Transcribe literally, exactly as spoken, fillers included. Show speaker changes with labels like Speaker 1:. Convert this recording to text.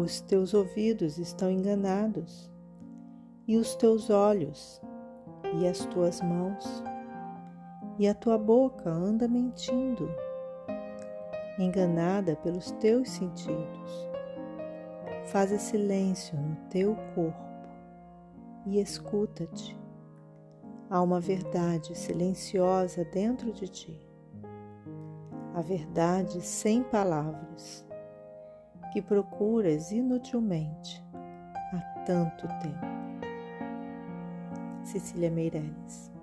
Speaker 1: Os teus ouvidos estão enganados, e os teus olhos, e as tuas mãos, e a tua boca anda mentindo, enganada pelos teus sentidos. Faze silêncio no teu corpo e escuta-te. Há uma verdade silenciosa dentro de ti, a verdade sem palavras, que procuras inutilmente há tanto tempo. Cecília Meirelles.